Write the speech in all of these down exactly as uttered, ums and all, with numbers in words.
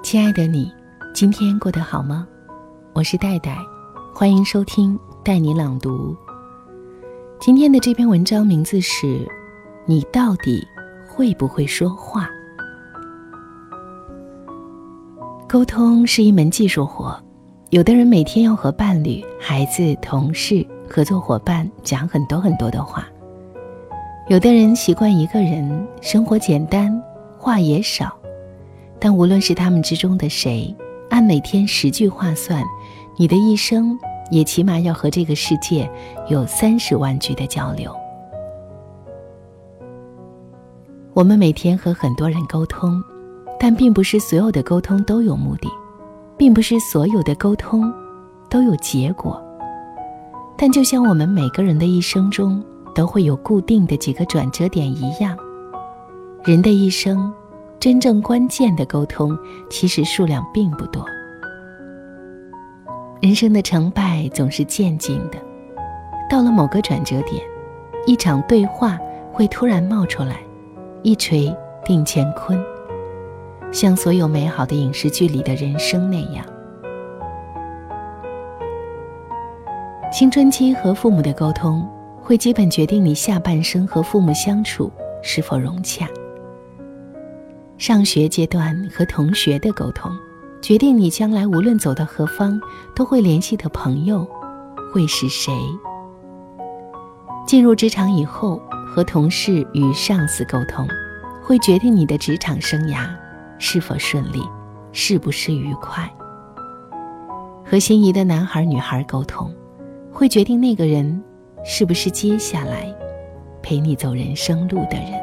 亲爱的你，今天过得好吗？我是戴戴，欢迎收听带你朗读。今天的这篇文章名字是你到底会不会说话？沟通是一门技术活，有的人每天要和伴侣、孩子、同事、合作伙伴讲很多很多的话，有的人习惯一个人，生活简单，话也少。但无论是他们之中的谁，按每天十句话算，你的一生也起码要和这个世界有三十万句的交流。我们每天和很多人沟通，但并不是所有的沟通都有目的，并不是所有的沟通都有结果。但就像我们每个人的一生中都会有固定的几个转折点一样，人的一生真正关键的沟通其实数量并不多。人生的成败总是渐进的，到了某个转折点，一场对话会突然冒出来，一锤定乾坤，像所有美好的影视剧里的人生那样。青春期和父母的沟通会基本决定你下半生和父母相处是否融洽。上学阶段和同学的沟通决定你将来无论走到何方都会联系的朋友会是谁。进入职场以后，和同事与上司沟通会决定你的职场生涯是否顺利，是不是愉快。和心仪的男孩女孩沟通会决定那个人是不是接下来陪你走人生路的人。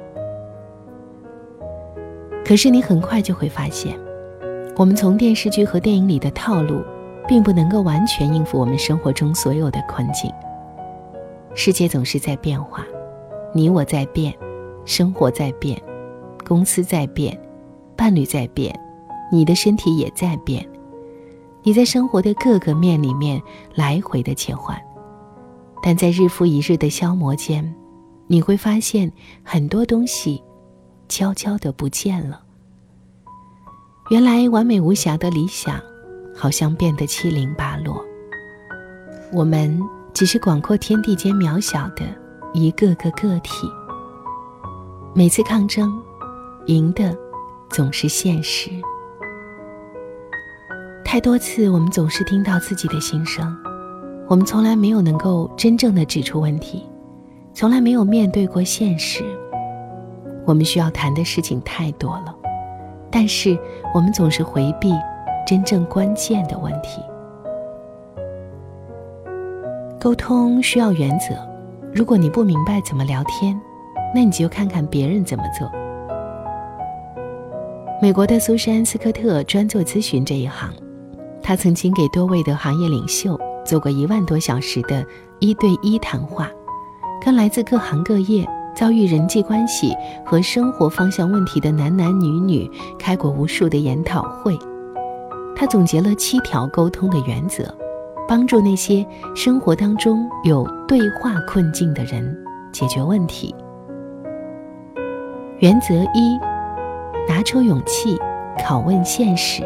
可是你很快就会发现，我们从电视剧和电影里的套路并不能够完全应付我们生活中所有的困境。世界总是在变化，你我在变，生活在变，公司在变，伴侣在变，你的身体也在变。你在生活的各个面里面来回的切换，但在日复一日的消磨间，你会发现很多东西悄悄地不见了。原来完美无瑕的理想好像变得七零八落，我们只是广阔天地间渺小的一个个个体。每次抗争，赢的总是现实。太多次我们总是听到自己的心声，我们从来没有能够真正的指出问题，从来没有面对过现实。我们需要谈的事情太多了，但是我们总是回避真正关键的问题。沟通需要原则，如果你不明白怎么聊天，那你就看看别人怎么做。美国的苏珊·斯科特专做咨询这一行，他曾经给多位的行业领袖做过一万多小时的一对一谈话，跟来自各行各业遭遇人际关系和生活方向问题的男男女女开过无数的研讨会。他总结了七条沟通的原则，帮助那些生活当中有对话困境的人解决问题。原则一，拿出勇气拷问现实。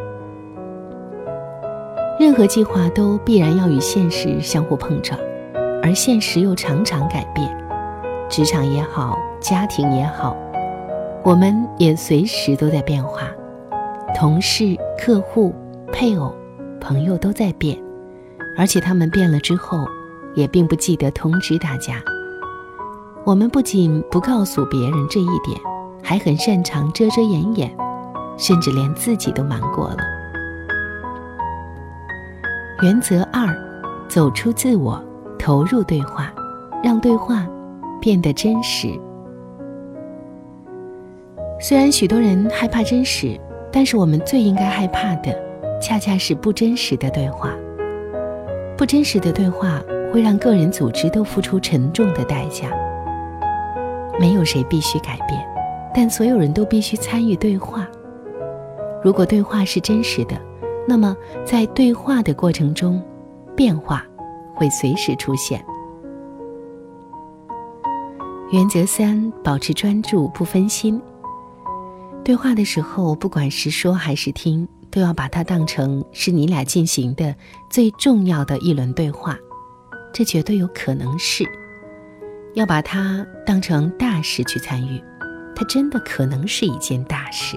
任何计划都必然要与现实相互碰撞，而现实又常常改变。职场也好，家庭也好，我们也随时都在变化。同事、客户、配偶、朋友都在变，而且他们变了之后也并不记得通知大家。我们不仅不告诉别人这一点，还很擅长遮遮掩掩，甚至连自己都瞒过了。原则二，走出自我，投入对话，让对话变得真实。虽然许多人害怕真实，但是我们最应该害怕的恰恰是不真实的对话。不真实的对话会让个人组织都付出沉重的代价。没有谁必须改变，但所有人都必须参与对话。如果对话是真实的，那么在对话的过程中，变化会随时出现。原则三，保持专注不分心。 对话的时候，不管是说还是听，都要把它当成是你俩进行的最重要的一轮对话，这绝对有可能是。要把它当成大事去参与，它真的可能是一件大事。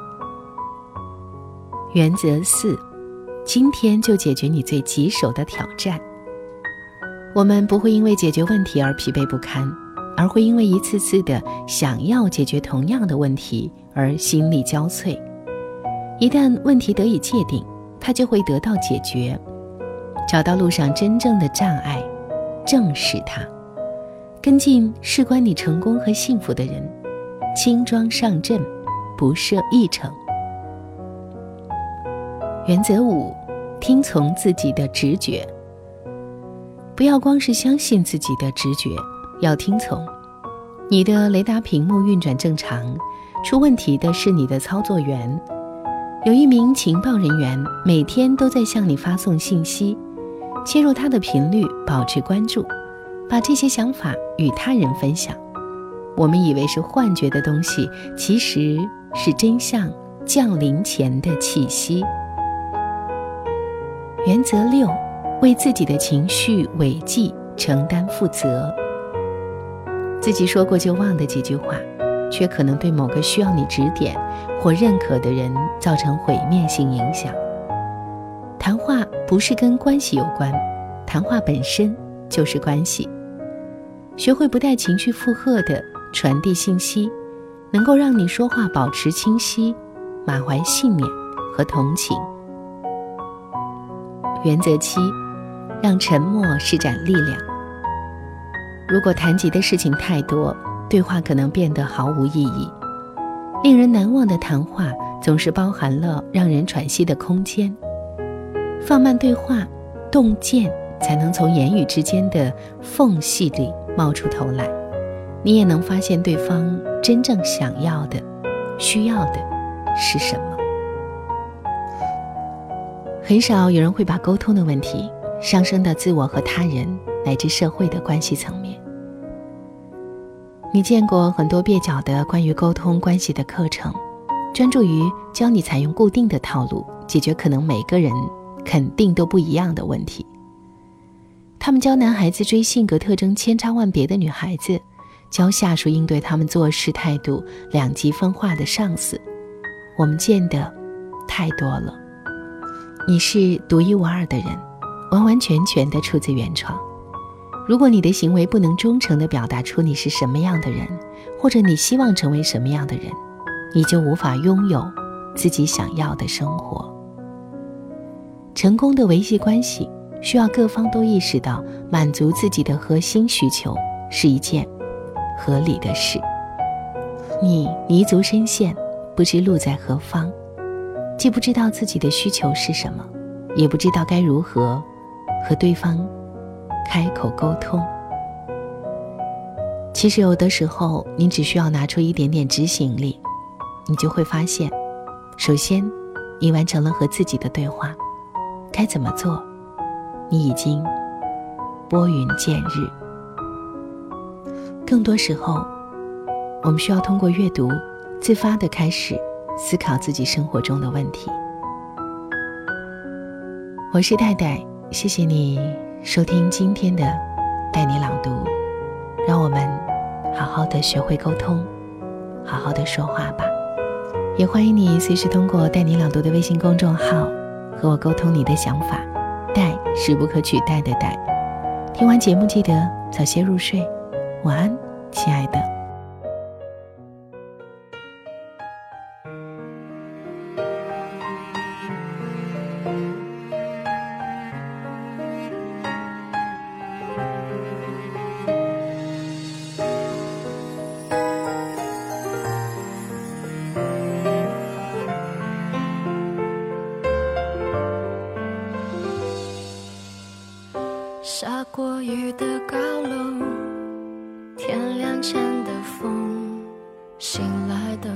原则四，今天就解决你最棘手的挑战。我们不会因为解决问题而疲惫不堪，而会因为一次次的想要解决同样的问题而心力交瘁。一旦问题得以界定，它就会得到解决。找到路上真正的障碍，正视它，跟进事关你成功和幸福的人，轻装上阵，不设议程。原则五，听从自己的直觉。不要光是相信自己的直觉，要听从。你的雷达屏幕运转正常，出问题的是你的操作员。有一名情报人员每天都在向你发送信息，切入他的频率，保持关注，把这些想法与他人分享。我们以为是幻觉的东西，其实是真相降临前的气息。原则六，为自己的情绪违纪承担负责。自己说过就忘的几句话，却可能对某个需要你指点或认可的人造成毁灭性影响。谈话不是跟关系有关，谈话本身就是关系。学会不带情绪负荷的传递信息，能够让你说话保持清晰，满怀信念和同情。原则七，让沉默施展力量。如果谈及的事情太多，对话可能变得毫无意义。令人难忘的谈话总是包含了让人喘息的空间。放慢对话，洞见才能从言语之间的缝隙里冒出头来，你也能发现对方真正想要的、需要的是什么。很少有人会把沟通的问题上升到自我和他人乃至社会的关系层面。你见过很多蹩脚的关于沟通关系的课程，专注于教你采用固定的套路，解决可能每个人肯定都不一样的问题。他们教男孩子追性格特征千差万别的女孩子，教下属应对他们做事态度两极分化的上司。我们见的太多了。你是独一无二的人，完完全全的出自原创。如果你的行为不能忠诚地表达出你是什么样的人，或者你希望成为什么样的人，你就无法拥有自己想要的生活。成功的维系关系需要各方都意识到满足自己的核心需求是一件合理的事。你泥足深陷，不知路在何方，既不知道自己的需求是什么，也不知道该如何和对方开口沟通。其实有的时候你只需要拿出一点点执行力，你就会发现，首先你完成了和自己的对话，该怎么做你已经拨云见日。更多时候我们需要通过阅读自发地开始思考自己生活中的问题。我是戴戴，谢谢你收听今天的带你朗读，让我们好好的学会沟通，好好的说话吧。也欢迎你随时通过带你朗读的微信公众号和我沟通你的想法，戴是不可取代的戴。听完节目记得早些入睡，晚安，亲爱的。 下过雨的高楼，天亮前的风，醒来的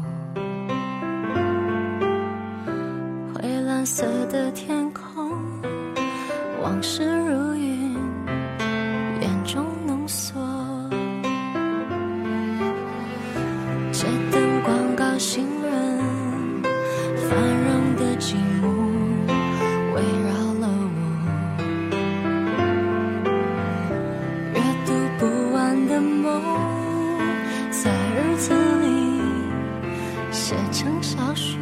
我，灰蓝色的天空，往事如云，眼中浓缩。街灯广告新闻繁荣的积木围绕了我，阅读不完的梦，在日子里写成小说。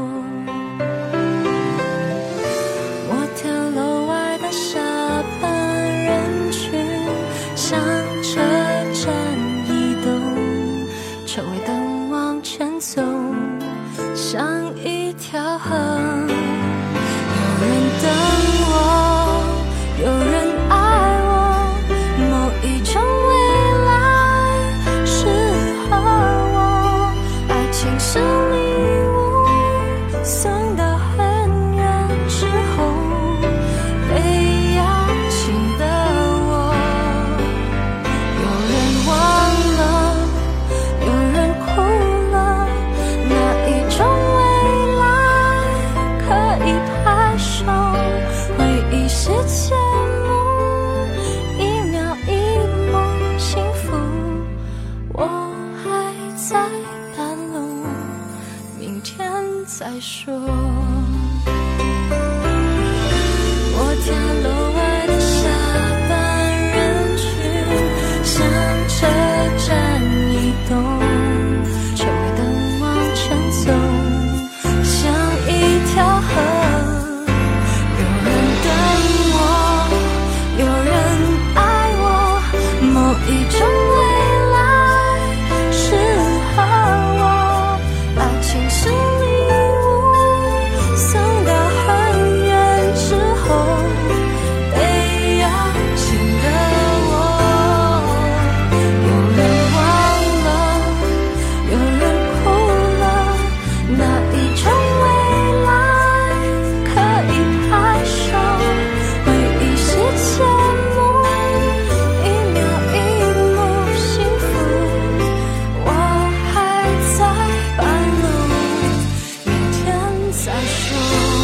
摩天楼外的下班人群向车站移动，车尾灯往前走，像一条河。有人等我，有人爱我，某一种未来适合我。爱情是礼物，送到很远之后，被邀请的我。有人忘了，有人哭了，那一种未来可以拍手，回忆是节目，一秒一幕幸福。我还在半路，明天再说。摩天楼外的下班人群向车站移动，车尾灯往前走，像一条河。有人等我，有人爱我，某一种未来适合我。爱情是礼物，送到很远之后，被邀请的我。有人忘了，有人哭了，那一种未来可以拍手，回忆是节目，一秒一幕幸福。我还在半路，明天再说。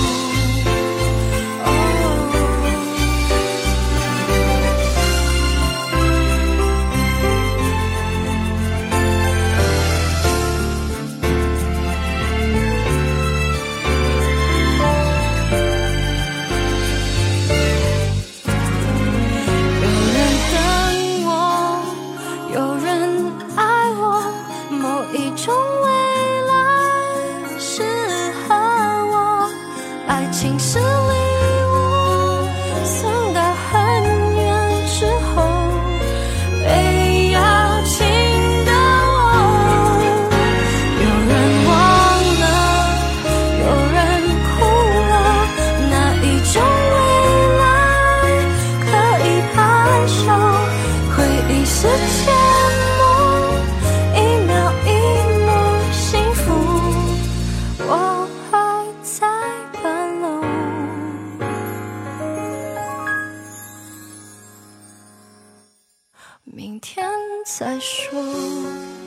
有人等我，有人爱我，某一种未来适合我。爱情是礼物，送到很远之后，被邀请的我。有人忘了，有人哭了，那一种未来可以拍手，回忆是节目，一秒一幕幸福。我还在半路，明天再说。